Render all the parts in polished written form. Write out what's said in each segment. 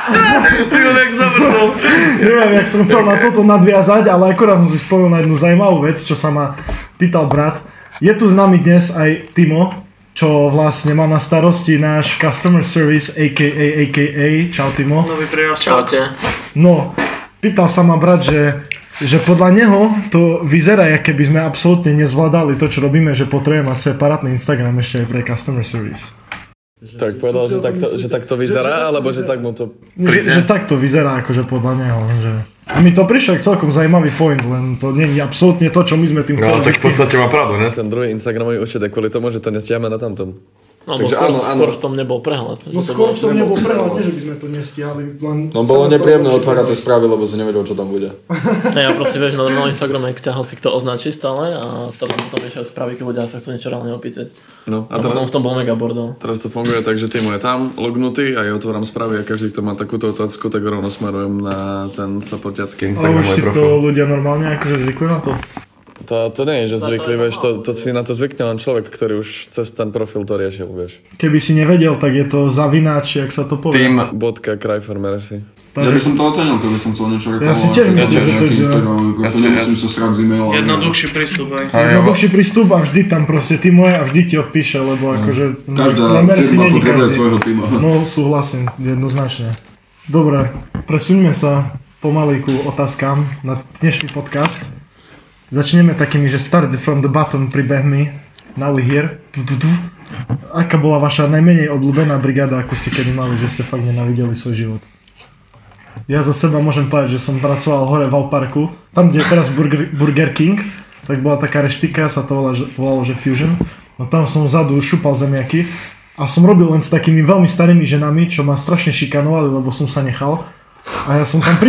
Neviem, jak som chcel na toto nadviazať, ale akorát som si spomenul na jednu zaujímavú vec, čo sa ma pýtal brat. Je tu s nami dnes aj Timo, čo vlastne má na starosti náš customer service, a.k.a. Čau Timo. Nový prijav. Čaute. No, pýtal sa ma brat, že podľa neho to vyzerá, jak keby sme absolútne nezvládali to, čo robíme, že potrebujeme mať separátny Instagram ešte aj pre customer service. Tak povedal, že takto vyzerá, alebo že tak mu to príde? Že takto vyzerá, akože podľa neho. Že... A mi to prišlo celkom zaujímavý point, len to nie je absolútne to, čo my sme tým chceli. No tak v podstate má pravdu, ne? Ten druhý Instagramový účet je kvôli tomu, že to nestiahme na tamtom. No, skôr v tom nebol prehľad. No skôr v tom nebol prehľad, nie že by sme to nestiahli. No bolo nepríjemné otvárať tie správy, lebo si nevedel, čo tam bude. Ja proste vieš, na normálnom Instagrame ťa si kto označí stále a sa tam potom vieš správy, keď ľudia sa chcú niečo reálne opýtať. No, a potom v tom bol mega bordel. Teraz to funguje tak, že Timo je tam lognutý a ja otváram správy a každý, kto má takúto otázku, tak rovno smerujem na ten supportiacký Instagramový profil. A už si to ľudia normálne akože zvykli na to? To nie je, že zvykli, vieš, to si na to zvykne len človek, ktorý už cez ten profil to riešil, vieš. Keby si nevedel, tak je to zavináč, jak sa to povie. Team.cryfarmersi. Ja by som to ocenil, keby som chcel niečo reklamovať. Ja si tiež myslím, že to je... Nemusím sa srať z e-maila. Jednoduchší prístup, aj. Jednoduchší prístup a vždy tam proste Timo je a vždy ti odpíše, lebo akože... Každá firma potrebuje svojho týma. No súhlasím, jednoznačne. Dobre, presuňme sa pomaly ku otázkam na dnešný podcast. Začneme takými, že start from the bottom príbehmi. Now we here. Aká bola vaša najmenej obľúbená brigáda, akú ste kedy mali, že ste fakt nenávideli svoj život? Ja za seba môžem povedať, že som pracoval hore v Alparku, tam, kde je teraz Burger King, tak bola taká reštika, sa to volalo, že Fusion. No tam som vzadu šupal zemiaky a som robil len s takými veľmi starými ženami, čo ma strašne šikanovali, lebo som sa nechal. A ja som tam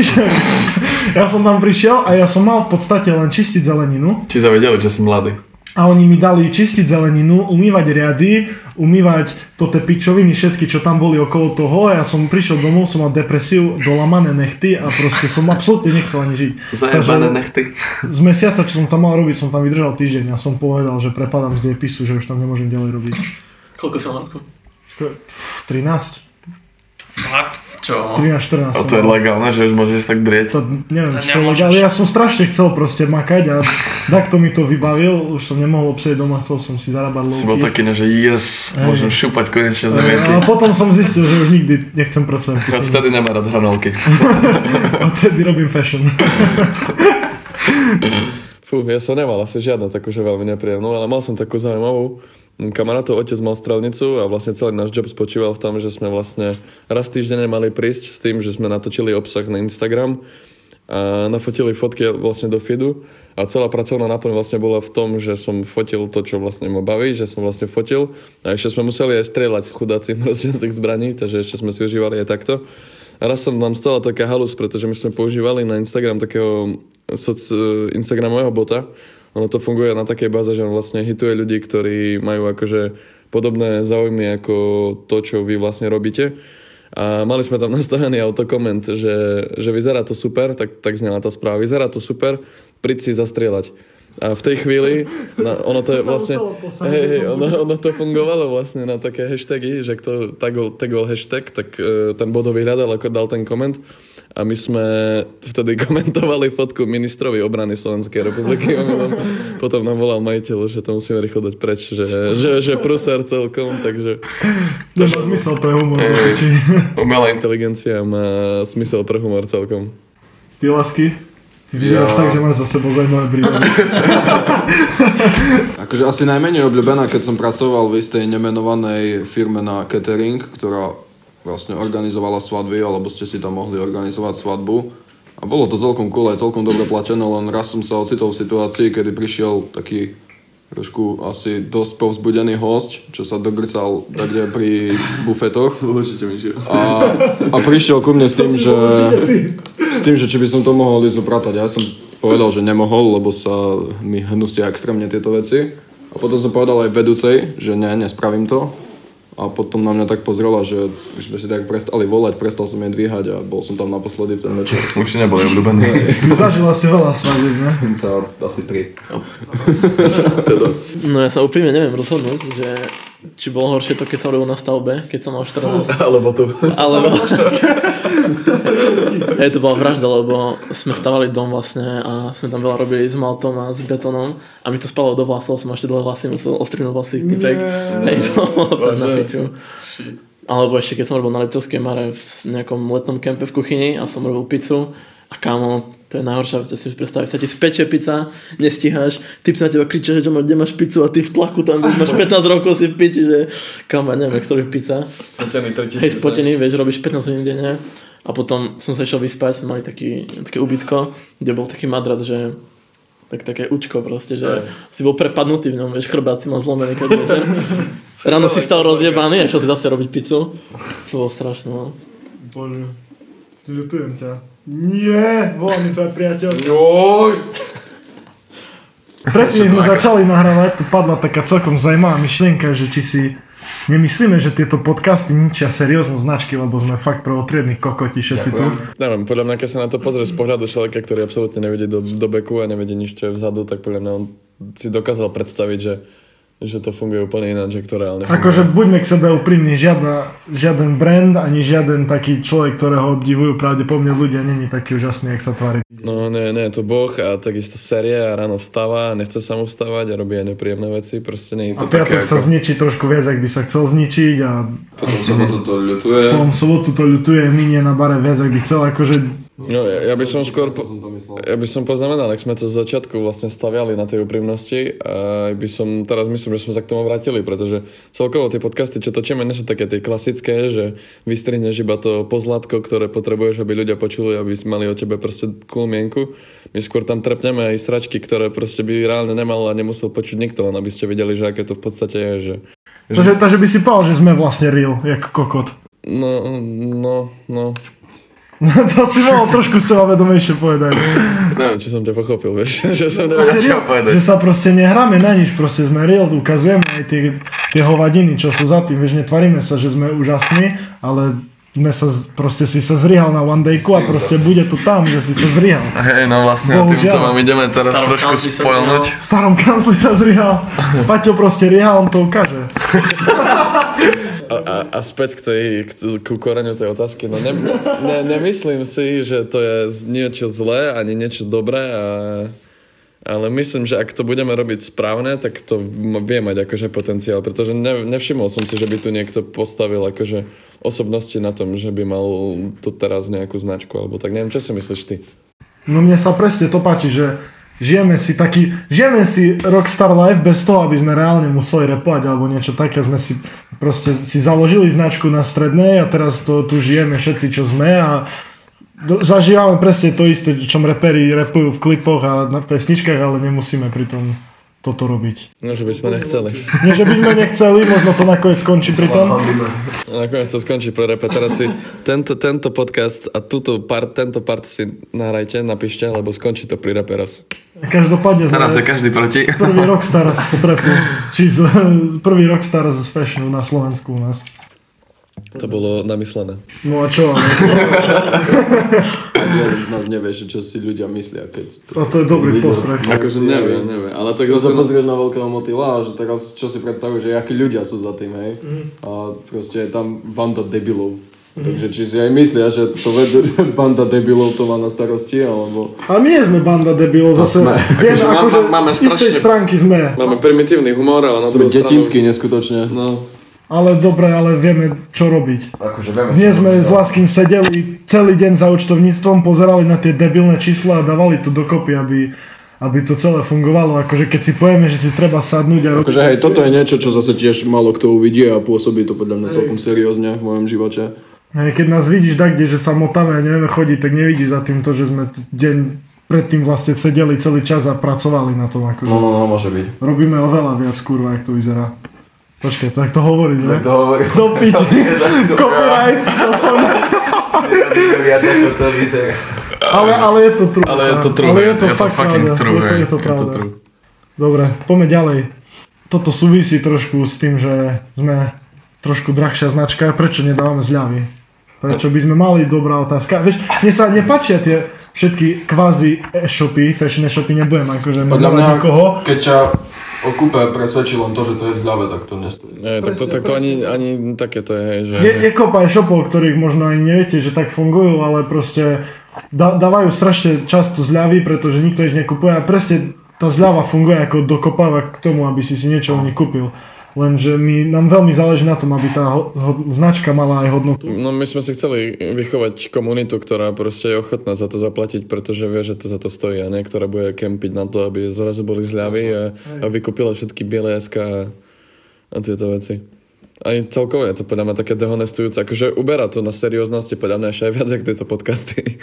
prišiel a ja som mal v podstate len čistiť zeleninu. Či sa vedeli, že si mladý. A oni mi dali čistiť zeleninu, umývať riady, umývať tie pičoviny všetky, čo tam boli okolo toho. A ja som prišiel domov, som mal depresiu, dolamané nechty a proste som absolútne nechcel ani žiť. Zajebané nechty. Z mesiaca, čo som tam mal robiť, som tam vydržal týždeň a som povedal, že prepadám z dejepisu, že už tam nemôžem ďalej robiť. Koľko si mal roku? 13. Fakt? Čo? 13-14. A to je legálne, že už môžeš tak drieť? To, neviem, či to je legálne. Ja som strašne chcel proste makať a takto mi to vybavil. Už som nemohol obsieť doma, chcel som si zarábať lovky. Si bol taký, že môžem šúpať konečne zemiaky. A potom som zistil, že už nikdy nechcem pracovať. A vtedy nemá rád hranolky. A vtedy robím fashion. Fú, ja som nemal asi žiadnu takú, že veľmi nepríjemnú, ale mal som takú zaujímavú. Kamarátov otec mal strelnicu a vlastne celý náš job spočíval v tom, že sme vlastne raz týždenne mali prísť s tým, že sme natočili obsah na Instagram a nafotili fotky vlastne do feedu a celá pracovná náplň vlastne bola v tom, že som fotil to, čo vlastne ma baví, že som vlastne fotil a ešte sme museli aj strieľať chudáci proste tých zbraní, takže ešte sme si užívali aj takto. A raz sa nám stala taká halus, pretože my sme používali na Instagram takého Instagramového bota. Ono to funguje na takej báze, že on vlastne hituje ľudí, ktorí majú akože podobné záujmy ako to, čo vy vlastne robíte. A mali sme tam nastavený autokoment, že vyzerá to super, tak znela tá správa. Vyzerá to super, príď si zastrieľať. A v tej chvíli, ono to je vlastne, ono to fungovalo vlastne na také hashtagy, že kto tagol hashtag, tak ten bod ho vyhľadal, ako dal ten koment. A my sme vtedy komentovali fotku ministrovi obrany Slovenskej republiky. Potom nám volal majiteľ, že to musíme rýchlo dať preč, že prúser celkom, takže... To má zmysel pre humor. Umelá inteligencia má smysel pre humor celkom. Ty lásky? Ty vyzeráš tak, že máš za sebou zaujímavé brigády. Akože asi najmenej obľúbená, keď som pracoval v istej nemenovanej firme na catering, ktorá vlastne organizovala svadby, alebo ste si tam mohli organizovať svadbu. A bolo to celkom cool, aj celkom dobre platené, len raz som sa ocitol v situácii, kedy prišiel taký trošku asi dosť povzbudený hosť, čo sa dogrcal takde pri bufetoch. A prišiel ku mne s tým, že či by som to mohol ísť upratať. Ja som povedal, že nemohol, lebo sa mi hnusia extrémne tieto veci. A potom som povedal aj vedúcej, že nespravím to. A potom na mňa tak pozrela, že už sme si tak prestali volať, prestal som jej dvíhať a bol som tam naposledy v ten večer. Už si nebol obľúbený. Zažila si veľa svadíb, ne? To asi 3. No ja sa úprimne neviem rozhodnúť, že či bolo horšie to, keď som robil na stavbe, keď som mal 14. Alebo tu. Alebo... to bola vražda, lebo sme stavali dom vlastne a sme tam veľa robili s maltom a s betónom a mi to spalo do vlasov, som ešte dlhé vlasy, musel ostrihnúť vlasy typek. To bolo na piču. Alebo ešte keď som robil na Liptovskej Mare v nejakom letnom kempe v kuchyni a som robil pizzu a kámo, to je najhoršia vec, si predstaviť. Sa ti spečie pizza, nestíhaš, typ sa na teba kričia, že kde máš pizzu a ty v tlaku tam, máš 15 rokov si v piči, že kámo, neviem, ktorý pizza. Spotený 3000. Hej, spotený, vieš, robíš 15 hodín denne. A potom som sa išiel vyspať, sme mali také ubytko, kde bol taký madrac, že také učko proste, že si bol prepadnutý v ňom, vieš, chrbát si mal zlomený, keď večer. Ráno si stal rozjebaný a išiel si zase robiť pizzu. To bolo strašné, no. Bože, ľutujem ťa. Nie, volá mi tvoj priateľ. Joj! Predtým sme začali nahrávať, tu padla taká celkom zaujímavá myšlienka, že či si nemyslíme, že tieto podcasty ničia seriózne značky, lebo sme fakt prvotriední kokoti všetci tu. Neviem, podľa mňa, keď sa na to pozrie z pohľadu človeka, ktorý absolútne nevidí do beku a nevidí nič, čo je vzadu, tak podľa mňa on si dokázal predstaviť, že to funguje úplne ináč, že to reálne funguje. Akože buďme k sebe úprimní, žiaden brand, ani žiaden taký človek, ktorého obdivujú pravdepodobne ľudia, není taký úžasný, jak sa tvári. No nie, je to Boh a takisto série a ráno vstáva a nechce sa mu vstávať a robí aj nepríjemné veci, proste nie je to také. A piatok sa zničí trošku viac, ak by sa chcel zničiť a... Potom sobotu to ľutuje. Potom sobotu to ľutuje, minie na bare viac, ak by chcel, akože... No ja by som skôr... Ja by som poznamenal, ak sme to z začiatku vlastne staviali na tej úprimnosti a by som teraz myslím, že sme sa k tomu vrátili, pretože celkovo tie podcasty, čo točíme, nie sú také tie klasické, že vystrihneš iba to pozlátko, ktoré potrebuješ, aby ľudia počuli, aby mali o tebe proste cool mienku. My skôr tam trepneme aj sračky, ktoré proste by reálne nemal a nemusel počuť nikto, len aby ste videli, že aké to v podstate je, že... Takže by si povedal, že sme vlastne real, jak kokot. No. To si mohol trošku sebavedomejšie povedať. Neviem, či som ťa pochopil, vieš, že som nevedel, čo povedať. Že sa proste nehráme na nič, proste sme real, ukazujeme aj tie hovadiny, čo sú za tým, vieš, netvaríme sa, že sme úžasní, ale proste si sa zrihal na one dayku a proste bude to tam, že si sa zrihal. Hej, no vlastne týmto vám ideme teraz trošku spoilnúť. V starom kancli sa zrihal. Paťo proste rihal, on to ukáže. A späť ku koreňu tej otázky, no nemyslím si, že to je niečo zlé, ani niečo dobré, ale myslím, že ak to budeme robiť správne, tak to vie mať akože potenciál, pretože nevšimol som si, že by tu niekto postavil akože osobnosti na tom, že by mal tu teraz nejakú značku, alebo tak neviem, čo si myslíš ty? No mne sa presne to páči, že žijeme si rockstar life bez toho, aby sme reálne museli repovať alebo niečo také. Sme si proste založili značku na strednej a teraz to tu žijeme všetci, čo sme a zažívame presne to isté, čom reperi repujú v klipoch a na pesničkách, ale nemusíme pritom toto robiť. No, že by sme nechceli. Nie, že by sme nechceli, možno to nakoniec skončí pri tom. Nakoniec to skončí pre repe. Teraz si tento podcast a tento part si nahrajte, napíšte, lebo skončí to pri repe raz. Každopádne teraz je každý proti. Prvý rockstar z trapu, prvý rockstar z fashionu na Slovensku u nás. To bolo namyslené. No a čo? Jeden z nás nevie, čo si ľudia myslia, keď... A to je dobrý postreh. Akože nevie. Ale tak zase pozrieť na veľkého motýla, že teraz čo si predstavuješ, že akí ľudia sú za tým, hej? A proste je tam banda debilov. Takže či si aj myslia, že to banda debilov to má na starosti, alebo... A my nie sme banda debilov, zase... Máme z istej stránky sme. Máme primitívny humor, ale na druhú stranu... Detinský neskutočne. No. Ale dobre, ale vieme, čo robiť. Akože vieme, dnes sme s Láskym sedeli celý deň za účtovníctvom, pozerali na tie debilné čísla a dávali to dokopy, aby to celé fungovalo. Akože keď si povieme, že si treba sadnúť a robiť... Akože hej, toto je niečo, čo zase tiež málo kto uvidí a pôsobí to podľa mňa celkom seriózne v mojom živote. Hej, keď nás vidíš takde, že sa motáme a nevieme chodiť, tak nevidíš za tým to, že sme deň predtým vlastne sedeli celý čas a pracovali na tom. Akože No, môže byť. Robíme oveľa viac, kurva, jak to vyzerá. Počkaj, tak to hovorí, ne? Tak to hovorí. Do piči. Copyright, to som... Viac ako to vyzerá. Ale je to true. Ale je to true, je to fucking true. Je to pravda. Dobre, poďme ďalej. Toto súvisí trošku s tým, že sme trošku drahšia značka. Prečo nedávame zľavy? Prečo by sme mali, dobrá otázka. Vieš, mne sa nepáčia tie všetky kvázi e-shopy, fashion e-shopy, nebudem akože podľa mňa, nikoho. keď ťa o kúpe presvedčí len to, že to je v zľave, tak to nestojí. Tak to ani takéto je, hej, že... Je kopa aj shopov, ktorých možno ani neviete, že tak fungujú, ale proste dávajú strašne často zľavy, pretože nikto ich nekupuje a presne tá zľava funguje ako dokopáva k tomu, aby si niečo nekúpil. Lenže nám veľmi záleží na tom, aby tá značka mala aj hodnotu. No my sme si chceli vychovať komunitu, ktorá proste je ochotná za to zaplatiť, pretože vie, že to za to stojí a nie, ktorá bude kempiť na to, aby zrazu boli zľavy a vykúpila všetky biele SK a tieto veci. Aj celkovo je to podľa mňa také dehonestujúce, akože uberá to na serióznosti, podľa mňa ešte aj viac, jak tieto podcasty.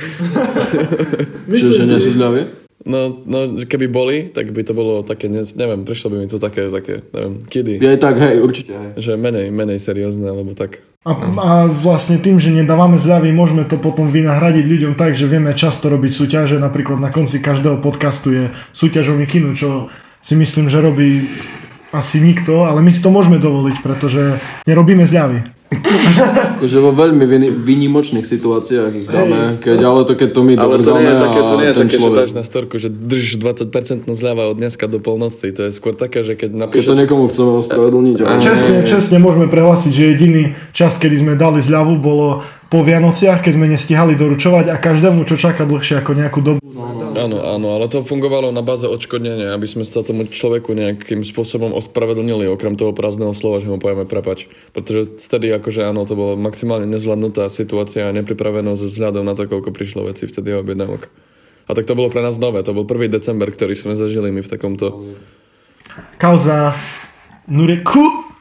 Čiže nie sú zľavy? No, keby boli, tak by to bolo také, neviem, prišlo by mi to také, neviem, kedy. Je tak, hej, určite, hej. Že menej seriózne, alebo tak. A vlastne tým, že nedávame zľavy, môžeme to potom vynahradiť ľuďom tak, že vieme často robiť súťaže, napríklad na konci každého podcastu je súťažový kino, čo si myslím, že robí asi nikto, ale my si to môžeme dovoliť, pretože nerobíme zľavy. Akože vo veľmi výnimočných situáciách ich dáme, keď to my ale to nie je také, to nie je také, človek. že dáš na storku, že drž 20% zľava od dneska do polnoci. To je skôr také, že keď napíšeš... Keď sa niekomu chceme ospravedlniť. Čestne môžeme prehlásiť, že jediný čas, kedy sme dali zľavu, bolo po Vianociach, keď sme nestihali doručovať a každému, čo čaká dlhšie ako nejakú dobu. Áno, ale to fungovalo na báze odškodnenia, aby sme sa tomu človeku nejakým spôsobom ospravedlnili, okrem toho prázdneho slova, že mu povieme prepač. Pretože vtedy akože áno, to bolo maximálne nezvládnutá situácia a nepripravenosť vzhľadom na to, koľko prišlo vecí vtedy objednávok. A tak to bolo pre nás nové, to bol 1. december, ktorý sme zažili my v takomto... Kauza Nureku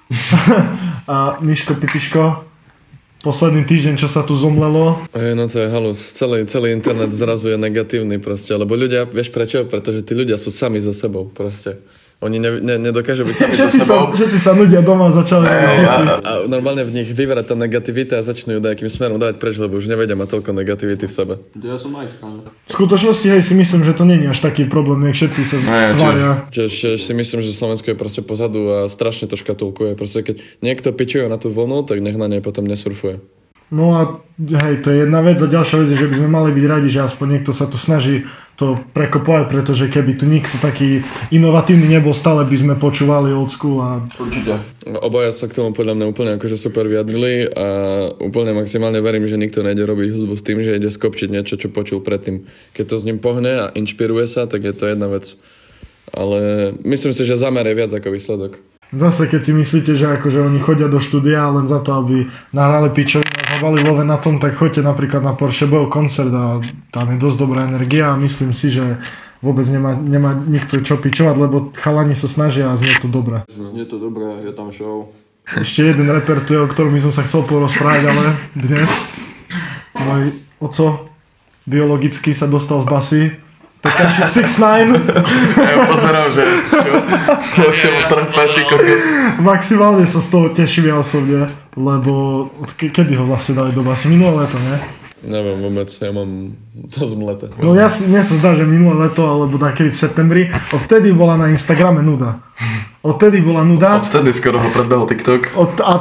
a Miško Pipiško. Posledný týždeň, čo sa tu zomlelo. No to je halus. Celý internet zrazu je negatívny proste, lebo ľudia, vieš prečo? Pretože tí ľudia sú sami so sebou proste. Oni nedokážu byť sami so sebou. Všetci sa nudia doma začali. A normálne v nich vyverá tá negativita a začnú ju nejakým smerom dávať preč, lebo už nevedia mať toľko negativity v sebe. Ja som aj stále. V skutočnosti hej, si myslím, že to nie je až taký problém, nech všetci sa tvária. Čiže si myslím, že Slovensko je proste pozadu a strašne to škatulkuje. Proste keď niekto pičuje na tú vlnu, tak nech na nej potom nesurfuje. No a hej, to je jedna vec a ďalšia vec je, že by sme mali byť radi, že aspoň niekto sa tu snaží to prekopovať, pretože keby tu nikto taký inovatívny nebol, stále by sme počúvali old school a... Určite. Obaja sa k tomu podľa mňa úplne akože super vyjadrili a úplne maximálne verím, že nikto nejde robiť hudbu s tým, že ide skopčiť niečo, čo počul predtým. Keď to s ním pohne a inšpiruje sa, tak je to jedna vec. Ale myslím si, že zámer je viac ako výsledok. Zase keď si myslíte, že akože oni chodia do štúdia len za to, aby nahrali pičovinu a zhabali love na tom, tak choďte napríklad na Porsche Bowl koncert a tam je dosť dobrá energia a myslím si, že vôbec nemá nikto čo pičovať, lebo chalani sa snažia a znie to dobré. Znie to dobré, je tam show. Ešte jeden reper tu je, o ktorom by som sa chcel porozprávať, ale dnes môj oco biologicky sa dostal z basy. Tekashi 6ix9ine. Ja pozerám, že čo trpetý kokos. Maximálne sa z toho teším ja osobne, lebo kedy ho vlastne dali do basy? Minulé leto, nie? Neviem vôbec, ja mám to zmleté. No mne sa zdá, že minulé leto, alebo takedy v septembri, odtedy bola na Instagrame nuda. Odtedy bola nuda. Odtedy skoro ho predbehol TikTok. A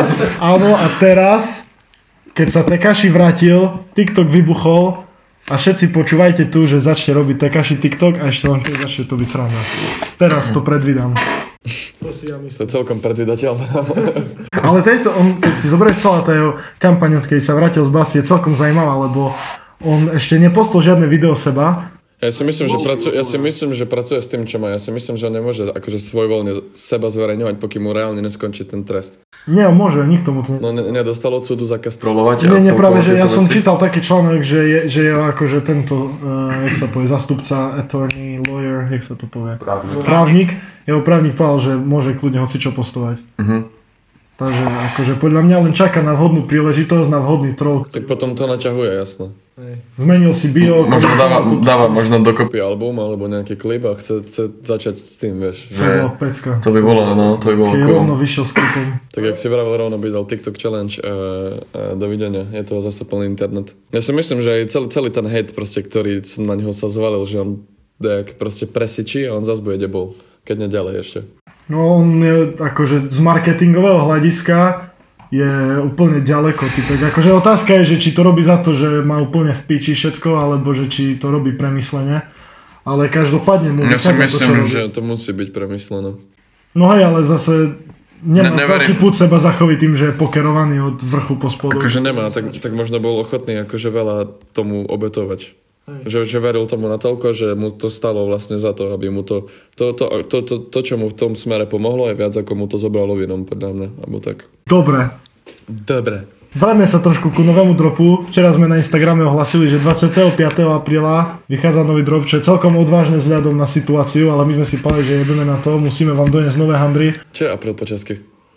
teraz, keď sa Tekashi vrátil, TikTok vybuchol. A všetci počúvajte tu, že začne robiť Tekashi TikTok a ešte len keď začne to byť sranda. Teraz to predvídam. To si ja myslím. To je celkom predvídateľné. Ale keď si zoberieš celá tá jeho kampaň, keď sa vrátil z basy, je celkom zaujímavá, lebo on ešte nepostol žiadne video seba. Ja si myslím, že pracuje s tým, čo má. Ja si myslím, že on nemôže akože svojvoľne seba zverejňovať, pokým mu reálne neskončí ten trest. Nie, môže, nikto mu to... No nedostal od súdu zákaz trollovať. Nie, práve, že ja som čítal taký článok, že je akože tento, jak sa povie, zastupca, attorney, lawyer, jak sa to povie? Právnik. Jeho právnik povedal, že môže kľudne hocičo postovať. Takže akože podľa mňa len čaká na vhodnú príležitosť, na vhodný troll. Tak potom to naťahuje, jasno. Zmenil si bio. Možno dáva možno dokopy album alebo nejaký klip a chce začať s tým, vieš. Že to by bolo, no, to by bolo cool. Rovno vyšiel s klipom. Tak jak si vravel, rovno by dal TikTok challenge dovidenia. Je to zase plný internet. Ja si myslím, že aj celý ten hate, proste, ktorý na neho sa zvalil, že on dejak proste presičí a on zase bude debol. Keď nie ďalej ešte. No on je akože z marketingového hľadiska je úplne ďaleko. Tak akože otázka je, že či to robí za to, že má úplne v piči všetko, alebo že či to robí premyslene. Ale každopádne mu ja si myslím, že to musí byť premyslené. No hej, ale zase nemá veľký púd seba zachoviť tým, že je pokerovaný od vrchu po spodu. Akože nemá, tak možno bol ochotný akože veľa tomu obetovať. Že veril tomu natoľko, že mu to stalo vlastne za to, aby mu to, čo mu v tom smere pomohlo, je viac ako mu to zobralo vinom, podľa mňa, alebo tak. Dobre. Vráťme sa trošku ku novému dropu. Včera sme na Instagrame ohlasili, že 25. apríla vychádza nový drop, čo je celkom odvážne vzhľadom na situáciu, ale my sme si povedali, že jedeme na to, musíme vám doniesť nové handry. Čo je apríl po česky?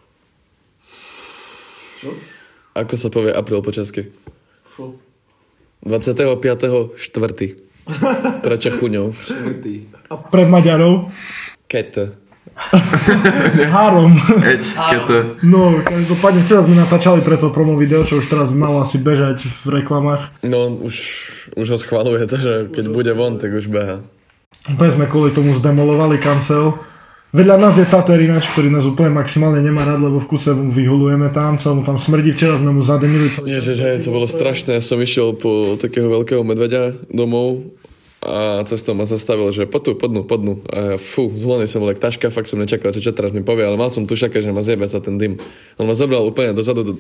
Čo? Ako sa povie apríl po česky? 25.4. Pre Čechuňov. A pre Maďarov? Kete. Három. Kete. No, každopádne včera sme natáčali pre to promo video, čo už teraz by malo asi bežať v reklamách. No, už ho schvaľuje to, že keď bude von, tak už beha. Úplne sme kvôli tomu zdemolovali cancel. Vedľa nás je Tater ináč, ktorý nás úplne maximálne nemá rád, lebo v kuse mu vyhulujeme tam, celom tam smrdí, včera sme mu zademili celý čas. Ježiš, to bolo strašné, ja som išiel po takého veľkého medveďa domov a cestou ma zastavil, že podnú. A ja, zvolený som bol jak taška, fakt som nečakal, čo teraz mi povie, ale mal som tušaké, že ma zjebe sa ten dym. On ma zobral úplne dozadu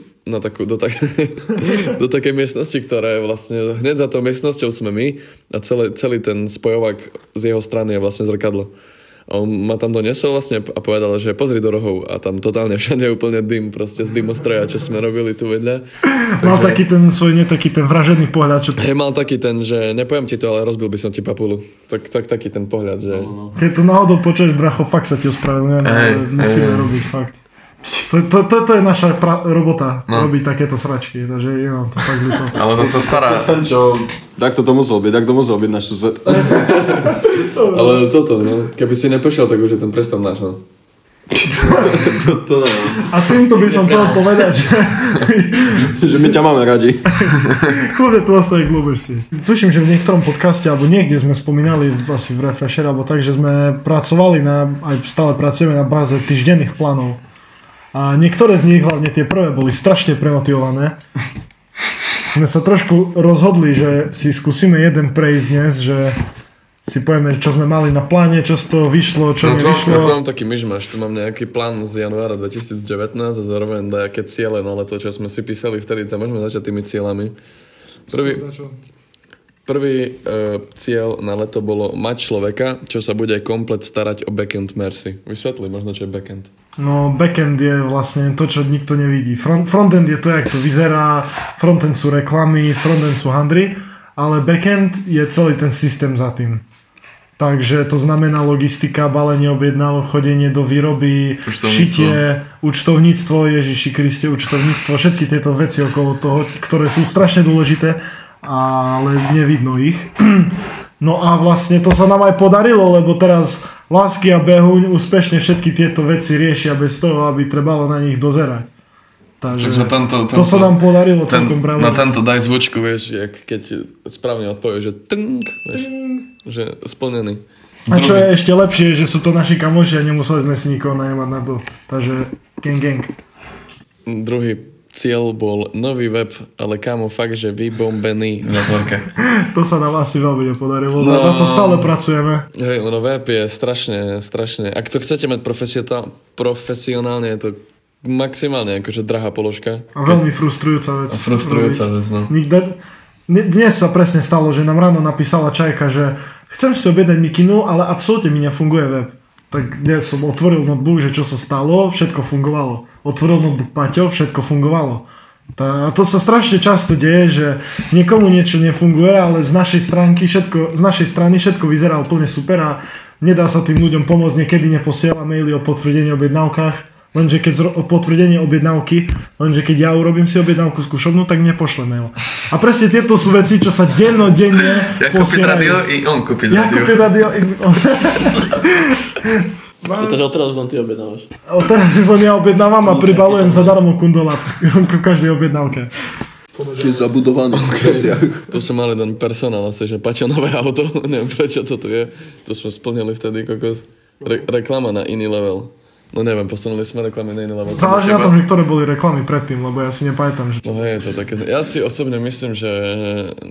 do takej miestnosti, ktorá je vlastne, hneď za tou miestnosťou sme my a celý ten spojovák z jeho strany je vlastne zrkadlo. A on ma tam donesol vlastne a povedal, že pozri do rohov a tam totálne všade je úplne dym proste z dymostroja, čo sme robili tu vedľa. Mal taký ten svoj, taký ten vražedný pohľad, čo to... Mal taký ten, že nepoviem ti to, ale rozbil by som ti papulu. Taký ten pohľad, že... Keď to náhodou počuješ, bracho, fakt sa ti ospravedlňujem, ale musíme robiť fakt. To je naša robota, robiť takéto sračky, takže je nám to fakt ľúto. Ale to sa stará. Tak to musel byť náš sused. Ale toto, no, keby si nepošiel, tak už je ten prestor náš, no. A týmto by som chcel povedať, že my ťa máme radi. Kľudne tu ostaje glúbeš si. Tuším, že v niektorom podcaste, alebo niekde sme spomínali, asi v Refresher, alebo tak, že sme pracovali aj stále pracujeme na báze týždenných plánov. A niektoré z nich, hlavne tie prvé, boli strašne premotivované. Sme sa trošku rozhodli, že si skúsime jeden prejsť dnes, že si povieme, čo sme mali na pláne, čo z toho vyšlo, čo nevyšlo. Ja tu mám taký myšmaš, tu mám nejaký plán z januára 2019 a zároveň nejaké ciele na leto, čo sme si písali vtedy, tam môžeme začať tými cieľami. Prvý cieľ na leto bolo mať človeka, čo sa bude komplet starať o backend Mercy. Vysvetli možno, čo je backend. No, backend je vlastne to, čo nikto nevidí. Frontend je to, jak to vyzerá, frontend sú reklamy, frontend sú handry, ale backend je celý ten systém za tým. Takže to znamená logistika, balenie objednávok, chodenie do výroby, šitie, účtovníctvo, Ježiši Kriste, účtovníctvo, všetky tieto veci okolo toho, ktoré sú strašne dôležité, ale nevidno ich. No a vlastne to sa nám aj podarilo, lebo teraz Lásky a Behuň úspešne všetky tieto veci riešia bez toho, aby trebalo na nich dozerať. Takže to sa nám podarilo celkom bravo. Na tento daj zvučku, vieš, keď správne odpovieš, že trnk, vieš, že splnený. A čo je ešte lepšie, že sú to naši kamoši a nemuseli sme si nikoho najemať na to. Takže gang. Druhý cieľ bol nový web, ale kámo, fakt, že vybombený webovka. To sa nám asi veľmi nepodarilo, na to stále pracujeme. Hej, web je strašne. Ak to chcete mať profesionálne, je to maximálne akože drahá položka. A veľmi frustrujúca vec. No. Dnes sa presne stalo, že nám ráno napísala Čajka, že chcem si objednať mikinu, ale absolútne mi nefunguje web. Tak dnes som otvoril notebook, že čo sa stalo, všetko fungovalo. Otvoril notebook Paťo, všetko fungovalo. A to sa strašne často deje, že niekomu niečo nefunguje, ale z našej strany všetko vyzerá úplne super a nedá sa tým ľuďom pomôcť. Niekedy neposiela maily o potvrdení o objednávkach, lenže keď o potvrdení objednávky, lenže keď ja urobím si objednávku skúšobnú, tak mne pošle mail. A presne tieto sú veci, čo sa dennodenne posielajú. Ja kúpiť radio i on kúpiť radio. Ja kúpiť radio i on. Čo to, že odteraz len ty objednávaš? Odteraz len ja objednávam a pribalujem zadarmo kundolát ku každej objednávke. Je zabudované v veciach. Tu som mal jeden personál asi, že Paťo nové auto, neviem prečo to tu je. To sme splnili vtedy kokos. Reklama na iný level. No neviem, posunuli sme reklamy na iný level. Záleží na tom, že ktoré boli reklamy predtým, lebo ja si nepamätám, že... No hej, to také... Ja si osobne myslím, že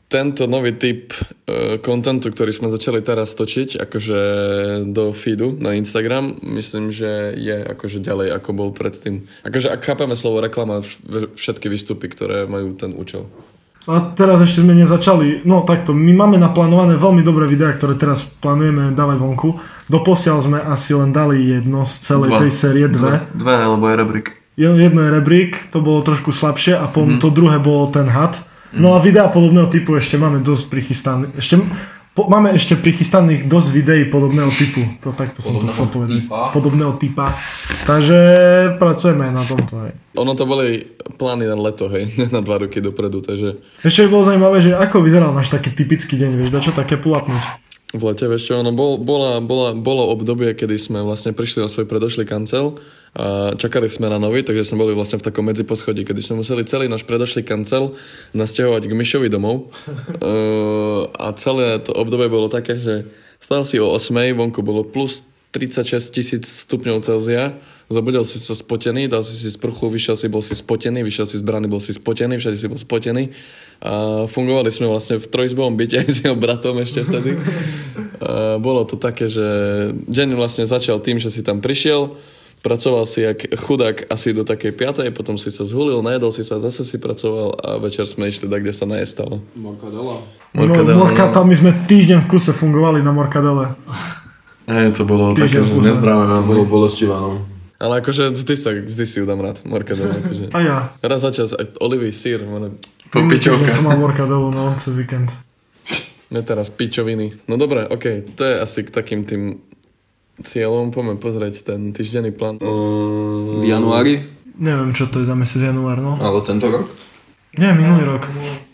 tento nový typ kontentu, ktorý sme začali teraz točiť, akože do feedu na Instagram, myslím, že je akože ďalej, ako bol predtým. Akože ak chápeme slovo reklama, všetky výstupy, ktoré majú ten účel. A teraz ešte sme nezačali, no takto, my máme naplánované veľmi dobré videá, ktoré teraz plánujeme dávať vonku. Doposiaľ sme asi len dali jedno z celej tej série, dve, alebo je rebrík. Jedno je rebrík, to bolo trošku slabšie a potom to druhé bolo ten had. No a videá podobného typu ešte máme dosť prichystané. Máme ešte prichystaných dosť videí podobného typu. To takto som to chcel povedať. Podobného typa. Takže pracujeme na tomto, hej. Ono to boli plány na leto, hej, na 2 roky dopredu, takže... Ešte by bolo zaujímavé, že ako vyzeral náš taký typický deň, vieš, dačo také pulapnúť. V lete, vieš čo, ono bolo obdobie, kedy sme vlastne prišli na svoj predošlý kancel a čakali sme na nový, takže sme boli vlastne v takom medziposchodí, kedy sme museli celý náš predošlý kancel nasťahovať k Mišovi domov a celé to obdobie bolo také, že stal si o 8, vonku bolo plus 36 000 stupňov Celzia, zobudil si sa spotený, dal si sprchu, vyšiel si, bol si spotený, vyšiel si z brány, bol si spotený, všade si bol spotený. A fungovali sme vlastne v trojizbovom byte aj s jeho bratom ešte vtedy. A bolo to také, že deň vlastne začal tým, že si tam prišiel, pracoval si jak chudák asi do takej 5, potom si sa zhulil, najedol si sa, zase si pracoval a večer sme išli tak, kde sa najestalo. Morkadela. Morkata, my sme týždeň v kuse fungovali na Morkadele. To bolo také, že nezdravé. To bolo bolestivé, no. Ale akože vždy si ju dám rád, Morkadele. Akože. A ja. Raz za čas, olivy, sír, Pičovka. Som mal Morkadelu, no, cez víkend. Ne teraz, pičoviny. No dobre, okej, to je asi k takým tým cieľom. Poďme pozrieť ten týždenný plán. V januári? Neviem, čo to je za mesiac január, no. Ale tento rok? Nie, minulý rok.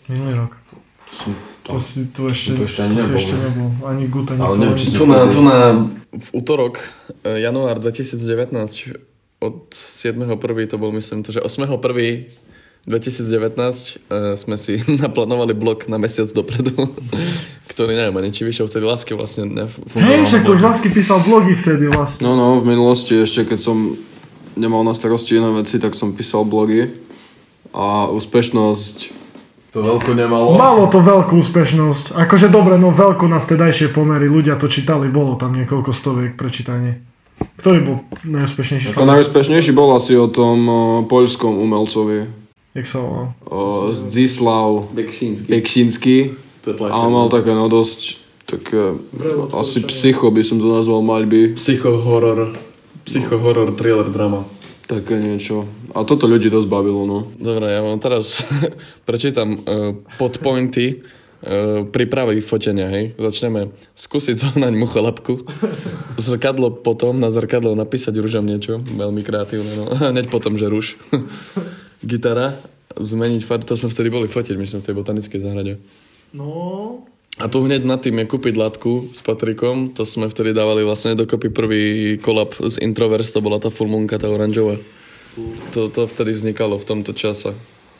To ešte nebol. Ani gut, ani ale neviem, či tu na v útorok, január 2019, od 7.1. to bol, myslím, že 8.1. 2019 sme si naplánovali blog na mesiac dopredu, ktorý neviem ani či vyšiel vtedy. Lásky vlastne nefungoval. Hej, však to už Lásky písal blogy vtedy vlastne. No, v minulosti ešte keď som nemal na starosti iné veci, tak som písal blogy a úspešnosť to veľkú nemalo. Malo to veľkú úspešnosť. Akože dobre, no veľkú na vtedajšie pomery. Ľudia to čítali, bolo tam niekoľko stoviek prečítanie. Ktorý bol najúspešnejší? Ako najúspešnejší bol asi o tom poľskom umelcovi. Jak sa volal? Zdzislav Beksiński. A on mal také dosť také, asi psycho by som to nazval maľby. Psychohoror, thriller, drama. Také niečo. A toto ľudí dosť bavilo, no. Dobre, ja vám teraz prečítam podpointy prípravy fotenia, hej. Začneme skúsiť zohnať mucholapku. Zrkadlo potom, na zrkadlo napísať ružom niečo. Veľmi kreatívne, no. Hneď potom, že ruž. Gitara, zmeniť farbu, to sme vtedy boli fotiť, myslím, v tej botanickej záhrade. No. A tu hneď nad tým je kúpiť latku s Patrikom, to sme vtedy dávali vlastne dokopy prvý kolab z Introverse, to bola tá full moonka, tá oranžová. To vtedy vznikalo v tomto čase.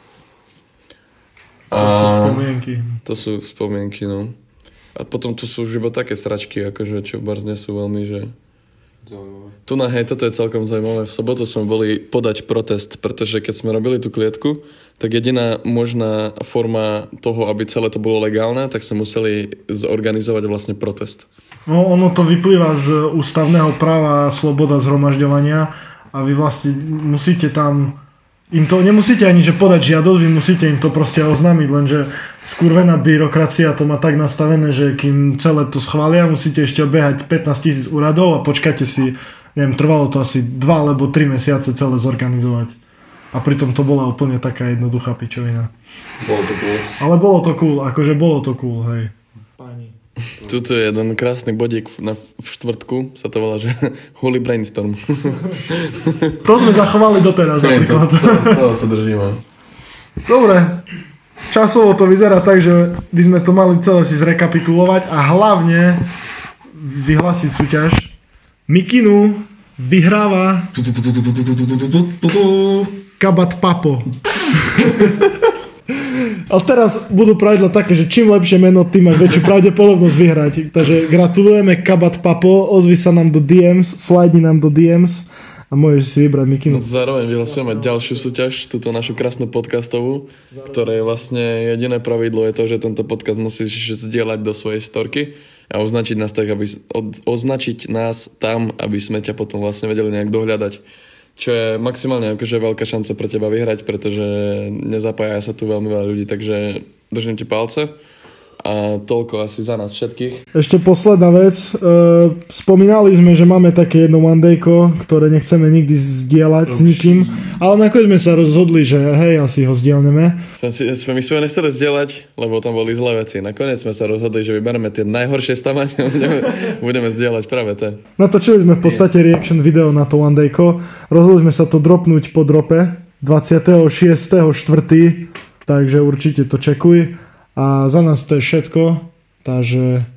To sú spomienky. To sú spomienky, no. A potom tu sú už iba také sračky, akože, čo bars nie sú veľmi, že... Zaujímavé. Tu na hej, toto je celkom zaujímavé. V sobotu sme boli podať protest, pretože keď sme robili tú klietku, tak jediná možná forma toho, aby celé to bolo legálne, tak sme museli zorganizovať vlastne protest. No, ono to vyplýva z ústavného práva sloboda zhromažďovania a vy vlastne musíte tam im to nemusíte ani že podať žiadosť, vy musíte im to proste oznámiť, lenže skurvená byrokracia to má tak nastavené, že kým celé to schvália, musíte ešte obehať 15 000 úradov a počkajte si, neviem, trvalo to asi 2 alebo 3 mesiace celé zorganizovať. A pritom to bola úplne taká jednoduchá pičovina. Bolo to cool. Ale bolo to cool, akože bolo to cool, hej. Páni. Tuto je jeden krásny bodík v štvrtku, sa to volá, že Holy Brainstorm. To sme zachovali doteraz. To sa držíme. Dobre, časovo to vyzerá tak, že by sme to mali celé si zrekapitulovať a hlavne vyhlásiť súťaž. Mikinu vyhráva Kabat Papo. Ale teraz budú pravidla také, že čím lepšie meno, tým máš väčšiu pravdepodobnosť vyhrať. Takže gratulujeme Kabat Papo, ozvi sa nám do DMs, slajdi nám do DMs a a môžeš si vybrať mikinu. Zároveň vyhlasujeme ďalšiu súťaž, túto našu krásnu podcastovú, ktorej vlastne jediné pravidlo je to, že tento podcast musíš zdieľať do svojej storky a označiť nás tak, označiť nás tam, aby sme ťa potom vlastne vedeli nejak dohľadať. Čo je maximálne akože veľká šanca pre teba vyhrať, pretože nezapája sa tu veľmi veľa ľudí, takže držím ti palce. A toľko asi za nás všetkých. Ešte posledná vec. Spomínali sme, že máme také jedno mandejko, ktoré nechceme nikdy zdieľať s nikým, ale nakoniec sme sa rozhodli, že hej, asi ho zdieľneme. My sme nechceli zdieľať, lebo tam boli zlé veci. Nakoniec sme sa rozhodli, že vyberieme tie najhoršie stavania a budeme zdieľať práve tie. Natočili sme v podstate reaction video na to mandejko. Rozhodli sme sa to dropnúť po drope 26.4. Takže určite to čekuj. A za nás to je všetko, takže